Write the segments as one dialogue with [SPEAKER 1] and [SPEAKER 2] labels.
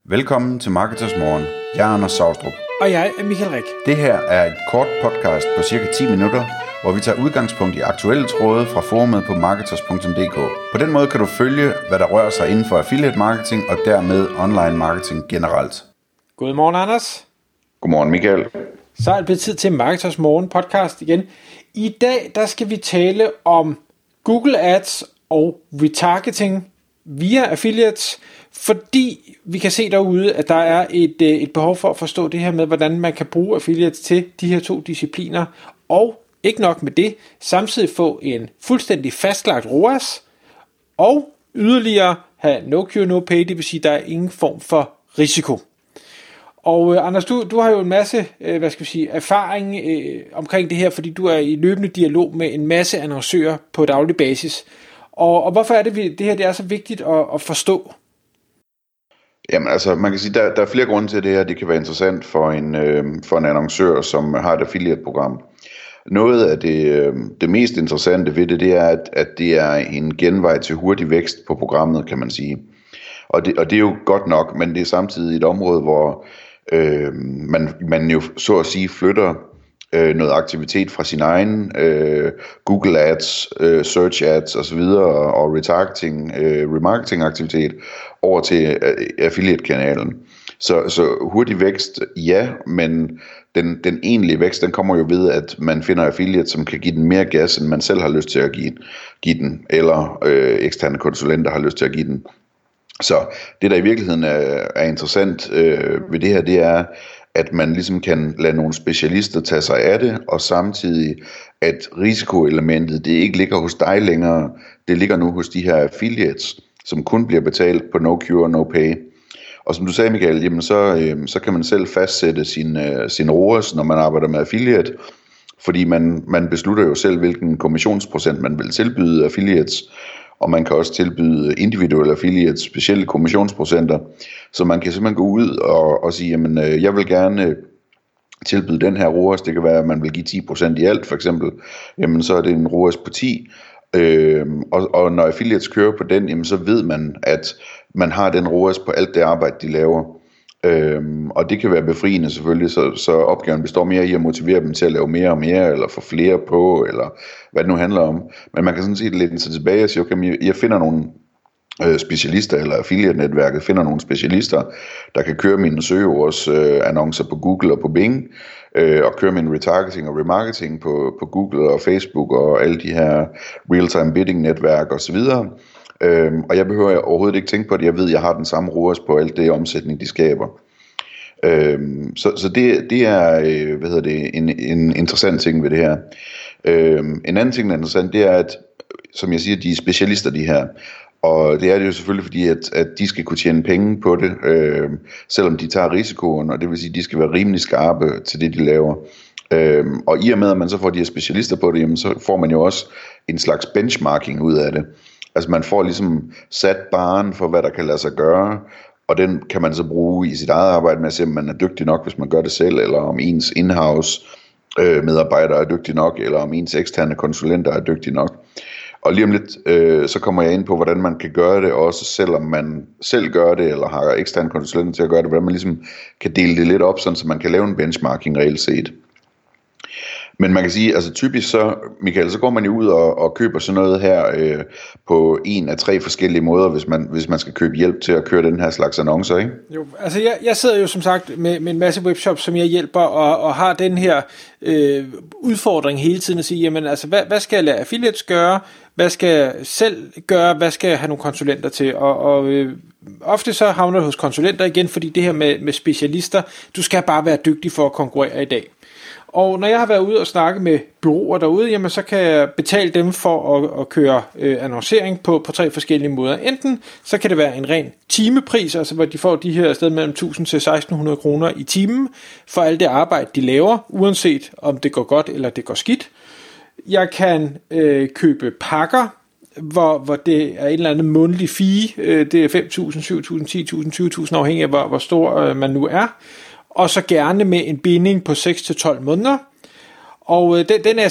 [SPEAKER 1] Velkommen til Marketers Morgen. Jeg er Anders Saustrup.
[SPEAKER 2] Og jeg er Michael Rik.
[SPEAKER 1] Det her er et kort podcast på cirka 10 minutter, hvor vi tager udgangspunkt i aktuelle tråde fra forumet på marketers.dk. På den måde kan du følge, hvad der rører sig inden for affiliate marketing og dermed online marketing generelt.
[SPEAKER 2] Godmorgen, Anders.
[SPEAKER 1] Godmorgen, Michael.
[SPEAKER 2] Så er det blevet tid til Marketers Morgen podcast igen. I dag der skal vi tale om Google Ads og retargeting via affiliates, fordi vi kan se derude, at der er et behov for at forstå det her med, hvordan man kan bruge affiliates til de her to discipliner, og ikke nok med det, samtidig få en fuldstændig fastlagt ROAS, og yderligere have no cure, no pay, det vil sige, at der er ingen form for risiko. Og Anders, du har jo en masse erfaring omkring det her, fordi du er i løbende dialog med en masse annoncører på daglig basis. Og hvorfor er det her det er så vigtigt at forstå?
[SPEAKER 1] Jamen altså, man kan sige, der er flere grunde til, at det her det kan være interessant for en annoncør, som har et affiliate-program. Noget af det mest interessante ved det er, at det er en genvej til hurtig vækst på programmet, kan man sige. Og det er jo godt nok, men det er samtidig et område, hvor man jo så at sige flytter noget aktivitet fra sin egen Google Ads, Search Ads osv. og remarketing aktivitet over til affiliate-kanalen. Så hurtig vækst, ja, men den egentlige vækst, den kommer jo ved, at man finder affiliate, som kan give den mere gas, end man selv har lyst til at give den, eller eksterne konsulenter har lyst til at give den. Så det, der i virkeligheden er interessant ved det her, det er, at man ligesom kan lade nogle specialister tage sig af det, og samtidig, at risikoelementet, det ikke ligger hos dig længere, det ligger nu hos de her affiliates, som kun bliver betalt på no cure, no pay. Og som du sagde, Michael, jamen så kan man selv fastsætte sin ROAS, når man arbejder med affiliate, fordi man beslutter jo selv, hvilken kommissionsprocent man vil tilbyde affiliates, og man kan også tilbyde individuelle affiliates, specielle kommissionsprocenter, så man kan simpelthen gå ud og sige, jamen jeg vil gerne tilbyde den her ROAS, det kan være, at man vil give 10% i alt for eksempel, jamen så er det en ROAS på 10, og når affiliates kører på den, jamen så ved man, at man har den ROAS på alt det arbejde, de laver. Og det kan være befriende selvfølgelig, så opgaven består mere i at motivere dem til at lave mere og mere, eller få flere på, eller hvad det nu handler om. Men man kan sådan set læne sig tilbage og sige, okay, jeg finder nogle specialister, eller affiliate-netværket finder nogle specialister, der kan køre mine søgeordsannoncer på Google og på Bing, og køre min retargeting og remarketing på Google og Facebook og alle de her real-time bidding-netværk osv., og jeg behøver overhovedet ikke tænke på det. Jeg ved, at jeg har den samme ROAS på alt det omsætning, de skaber. Så det er en interessant ting ved det her. En anden ting, der er interessant, det er, at, som jeg siger, de er specialister, de her. Og det er det jo selvfølgelig, fordi at de skal kunne tjene penge på det, selvom de tager risikoen, og det vil sige, at de skal være rimelig skarpe til det, de laver. Og i og med, at man så får de her specialister på det, jamen, så får man jo også en slags benchmarking ud af det. Altså man får ligesom sat barren for, hvad der kan lade sig gøre, og den kan man så bruge i sit eget arbejde med at se, om man er dygtig nok, hvis man gør det selv, eller om ens in-house medarbejdere er dygtig nok, eller om ens eksterne konsulenter er dygtig nok. Og lige om lidt, så kommer jeg ind på, hvordan man kan gøre det, også selvom man selv gør det, eller har eksterne konsulenter til at gøre det, hvordan man ligesom kan dele det lidt op, sådan, så man kan lave en benchmarking reelt set. Men man kan sige, altså typisk så, Michael, så går man jo ud og køber sådan noget her på en af 3 forskellige måder, hvis man skal købe hjælp til at køre den her slags annoncer, ikke?
[SPEAKER 2] Jo, altså jeg sidder jo som sagt med en masse webshops, som jeg hjælper, og har den her udfordring hele tiden at sige, jamen altså, hvad skal jeg lade affiliates gøre? Hvad skal jeg selv gøre? Hvad skal jeg have nogle konsulenter til? Og ofte så havner det hos konsulenter igen, fordi det her med specialister, du skal bare være dygtig for at konkurrere i dag. Og når jeg har været ude og snakke med bureauer derude, jamen så kan jeg betale dem for at køre annoncering på 3 forskellige måder. Enten så kan det være en ren timepris, altså hvor de får de her sted mellem 1000 til 1600 kroner i timen for alt det arbejde, de laver, uanset om det går godt eller det går skidt. Jeg kan købe pakker, hvor det er en eller anden månedlig fee, det er 5.000, 7.000, 10.000, 20.000, afhængig af hvor stor man nu er. Og så gerne med en binding på 6-12 måneder. Og den er jeg selv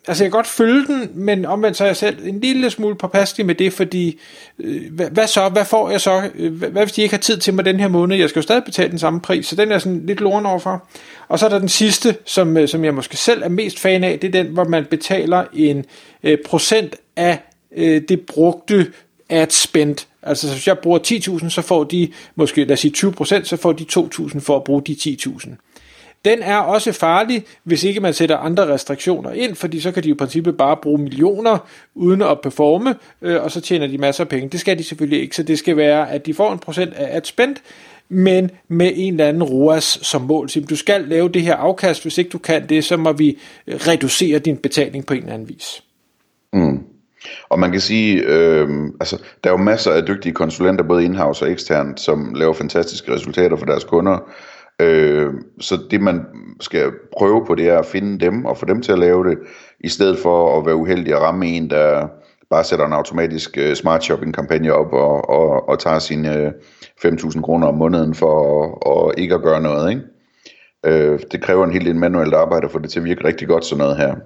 [SPEAKER 2] altså jeg kan godt følge den, men omvendt så er jeg selv en lille smule påpasselig med det, fordi hvad så? Hvad får jeg så? Hvad hvis de ikke har tid til mig den her måned? Jeg skal jo stadig betale den samme pris, så den er sådan lidt loren overfor. Og så er der den sidste, som jeg måske selv er mest fan af, det er den, hvor man betaler en procent af det brugte ad spend. Altså hvis jeg bruger 10.000, så får de måske, lad os sige 20%, så får de 2.000 for at bruge de 10.000. Den er også farlig, hvis ikke man sætter andre restriktioner ind, fordi så kan de i princippet bare bruge millioner uden at performe, og så tjener de masser af penge. Det skal de selvfølgelig ikke, så det skal være, at de får en procent af ad spend, men med en eller anden ROAS som mål. Så du skal lave det her afkast, hvis ikke du kan det, så må vi reducere din betaling på en eller anden vis.
[SPEAKER 1] Mm. Og man kan sige, altså der er jo masser af dygtige konsulenter, både in-house og eksternt, som laver fantastiske resultater for deres kunder. Så det man skal prøve på, det er at finde dem og få dem til at lave det, i stedet for at være uheldig at ramme en, der bare sætter en automatisk smart shopping kampagne op og tager sine 5.000 kroner om måneden for at ikke at gøre noget, ikke? Det kræver en helt del manuelt arbejde for det til at virke rigtig godt, sådan noget her.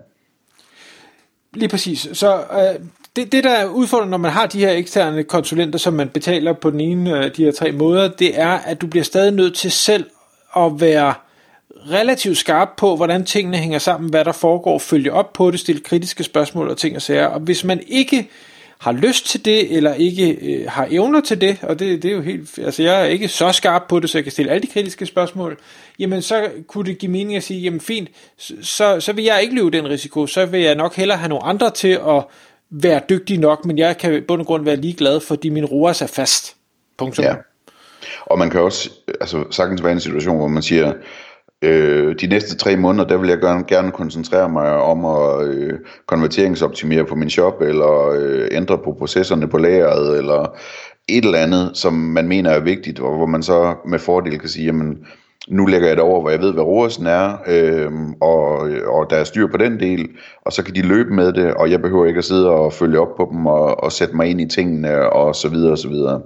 [SPEAKER 2] Lige præcis. Så det der er udfordringen, når man har de her eksterne konsulenter, som man betaler på den ene af de her 3 måder, det er, at du bliver stadig nødt til selv at være relativt skarp på, hvordan tingene hænger sammen, hvad der foregår, følge op på det, stille kritiske spørgsmål og ting og sager. Og hvis man ikke har lyst til det, eller ikke har evner til det, og det er jo helt, altså jeg er ikke så skarp på det, så jeg kan stille alle de kritiske spørgsmål, jamen så kunne det give mening at sige, jamen fint, så vil jeg ikke løbe den risiko, så vil jeg nok hellere have nogle andre til at være dygtig nok, men jeg kan i bund og grund være ligeglad, fordi min ROAS er fast. Punktum. Ja.
[SPEAKER 1] Og man kan også sagtens være i en situation, hvor man siger, de næste 3 måneder, der vil jeg gerne koncentrere mig om at konverteringsoptimere på min shop, eller ændre på processerne på lageret, eller et eller andet, som man mener er vigtigt, og hvor man så med fordel kan sige, jamen, nu lægger jeg det over, hvor jeg ved, hvad ROAS'en er, og der er styr på den del, og så kan de løbe med det, og jeg behøver ikke at sidde og følge op på dem, og sætte mig ind i tingene, og så videre, og så videre.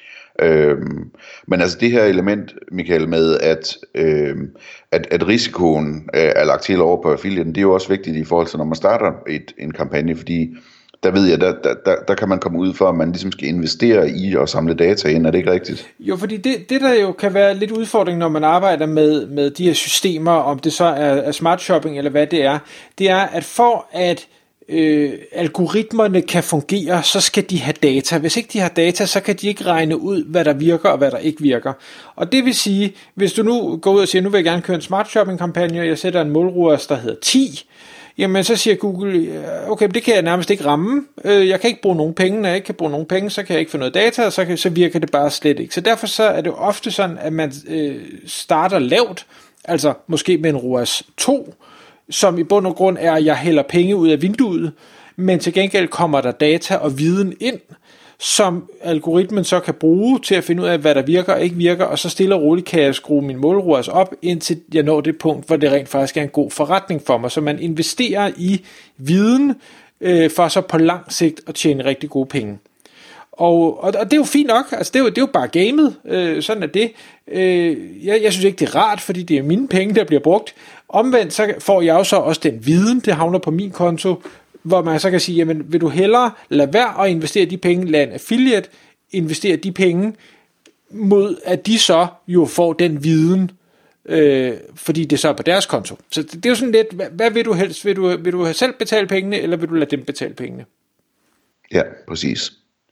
[SPEAKER 1] Men altså det her element, Michael, med at risikoen er lagt til over på affiliaten, det er jo også vigtigt i forhold til, når man starter en kampagne, fordi der ved jeg, der kan man komme ud for, at man ligesom skal investere i at samle data ind. Er det ikke rigtigt?
[SPEAKER 2] Jo, fordi det der jo kan være lidt udfordring, når man arbejder med de her systemer, om det så er smart shopping eller hvad det er, at for at algoritmerne kan fungere, så skal de have data. Hvis ikke de har data, så kan de ikke regne ud, hvad der virker og hvad der ikke virker. Og det vil sige, hvis du nu går ud og siger, nu vil jeg gerne køre en smart shopping kampagne, og jeg sætter en mål-ROAS, der hedder 10, jamen så siger Google, okay, det kan jeg nærmest ikke ramme. Jeg kan ikke bruge nogen penge. Når jeg ikke kan bruge nogen penge, så kan jeg ikke få noget data, og så virker det bare slet ikke. Så derfor så er det ofte sådan, at man starter lavt, altså måske med en ROAS 2, som i bund og grund er, at jeg hælder penge ud af vinduet, men til gengæld kommer der data og viden ind, som algoritmen så kan bruge til at finde ud af, hvad der virker og ikke virker, og så stille og roligt kan jeg skrue min mål-ROAS op, indtil jeg når det punkt, hvor det rent faktisk er en god forretning for mig. Så man investerer i viden, for så på lang sigt at tjene rigtig gode penge. Og det er jo fint nok, altså det er jo bare gamet, sådan er det. Jeg synes ikke det er rart, fordi det er mine penge, der bliver brugt. Omvendt så får jeg jo så også den viden, det havner på min konto, hvor man så kan sige, jamen vil du hellere lade være at investere de penge, lad en affiliate investere de penge, mod at de så jo får den viden, fordi det så er på deres konto. Så det er jo sådan lidt, hvad vil du helst? Vil du selv betale pengene, eller vil du lade dem betale pengene?
[SPEAKER 1] Ja, præcis.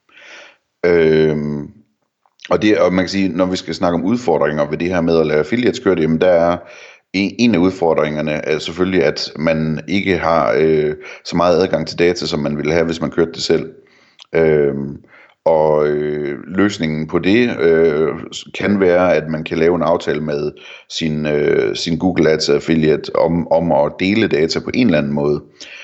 [SPEAKER 1] Og man kan sige, når vi skal snakke om udfordringer ved det her med at lade affiliates køre det, jamen der er en af udfordringerne er selvfølgelig, at man ikke har så meget adgang til data, som man ville have, hvis man kørte det selv. Løsningen på det kan være, at man kan lave en aftale med sin Google Ads affiliate om at dele data på en eller anden måde.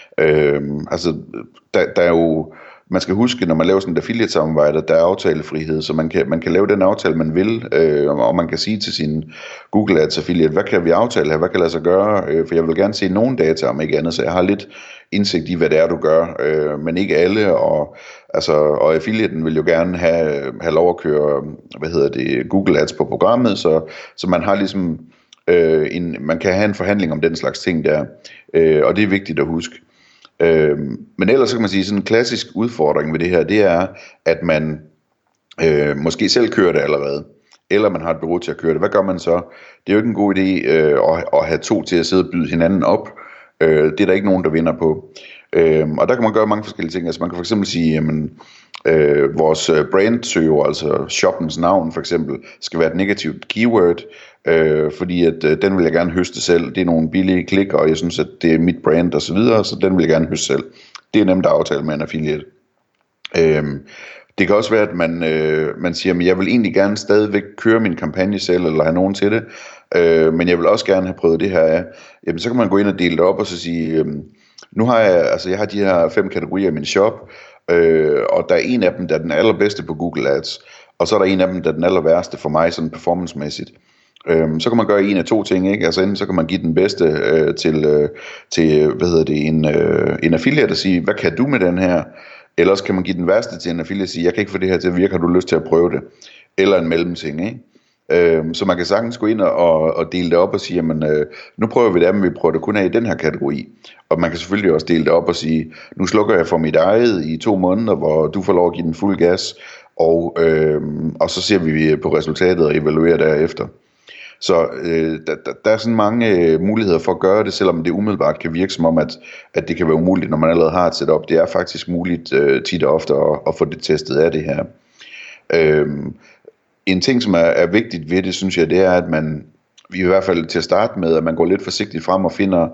[SPEAKER 1] Der er jo, man skal huske, når man laver sådan et affiliate-samarbejde, der er aftalefrihed, så man kan lave den aftale, man vil, og man kan sige til sin Google Ads affiliate, hvad kan vi aftale her, hvad kan lade sig gøre, for jeg vil gerne se nogle data, om ikke andet, så jeg har lidt indsigt i, hvad det er, du gør, men ikke alle, og affiliaten vil jo gerne have lov at køre, Google Ads på programmet, så man har ligesom, man kan have en forhandling om den slags ting der, og det er vigtigt at huske. Men ellers så kan man sige, sådan en klassisk udfordring ved det her, det er, at man måske selv kører det allerede, eller man har et bureau til at køre det. Hvad gør man så? Det er jo ikke en god idé at have to til at sidde og byde hinanden op. Det er der ikke nogen, der vinder på. Og der kan man gøre mange forskellige ting. Altså man kan for eksempel sige, jamen, vores brandsøger, altså shoppens navn for eksempel, skal være et negativt keyword, fordi at den vil jeg gerne høste selv. Det er nogle billige klik, og jeg synes, at det er mit brand og så videre, så den vil jeg gerne høste selv. Det er nemt at aftale med en affiliate. Det kan også være, at man siger, at jeg vil egentlig gerne stadigvæk køre min kampagne selv, eller have nogen til det, men jeg vil også gerne have prøvet det her af. Jamen, så kan man gå ind og dele det op, og så sige, nu har jeg har de her 5 kategorier i min shop, og der er en af dem, der er den allerbedste på Google Ads, og så er der en af dem, der er den aller værste for mig, sådan performancemæssigt. Så kan man gøre en af to ting, ikke? Altså enten så kan man give den bedste til en affiliate og sige, hvad kan du med den her? Ellers kan man give den værste til en affiliate og sige, jeg kan ikke få det her til at virke, har du lyst til at prøve det? Eller en mellemting, ikke? Så man kan sagtens gå ind og dele det op og sige, jamen, nu prøver vi det, men vi prøver det kun af i den her kategori. Og man kan selvfølgelig også dele det op og sige, nu slukker jeg for mit eget i 2 måneder, hvor du får lov at give den fuld gas, og så ser vi på resultatet og evaluerer derefter. Så der er sådan mange muligheder for at gøre det, selvom det umiddelbart kan virke som om, at det kan være umuligt, når man allerede har et setup. Det er faktisk muligt tit og ofte at få det testet af det her. En ting, som er vigtigt ved det, synes jeg, det er, at man, i hvert fald til at starte med, at man går lidt forsigtigt frem og finder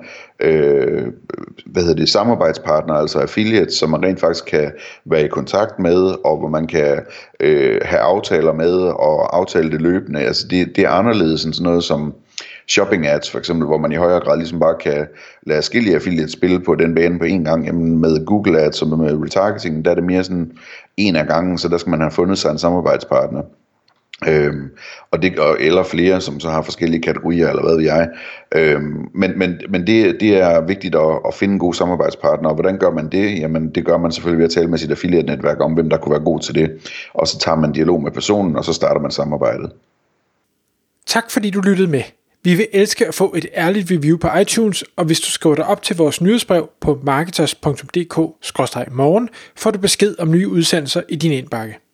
[SPEAKER 1] samarbejdspartnere, altså affiliates, som man rent faktisk kan være i kontakt med, og hvor man kan have aftaler med og aftale det løbende. Altså det er anderledes end sådan noget som shopping ads for eksempel, hvor man i højere grad ligesom bare kan lade forskellige affiliates spille på den bane på en gang. Jamen med Google Ads og med retargeting, der er det mere sådan en af gangen, så der skal man have fundet sig en samarbejdspartner. Eller flere, som så har forskellige kategorier, eller hvad ved jeg. Men det er vigtigt at finde en god samarbejdspartner, og hvordan gør man det? Jamen det gør man selvfølgelig ved at tale med sit affiliate-netværk om, hvem der kunne være god til det, og så tager man dialog med personen, og så starter man samarbejdet.
[SPEAKER 2] Tak fordi du lyttede med. Vi vil elske at få et ærligt review på iTunes, og hvis du skriver dig op til vores nyhedsbrev på marketers.dk/morgen, får du besked om nye udsendelser i din indbakke.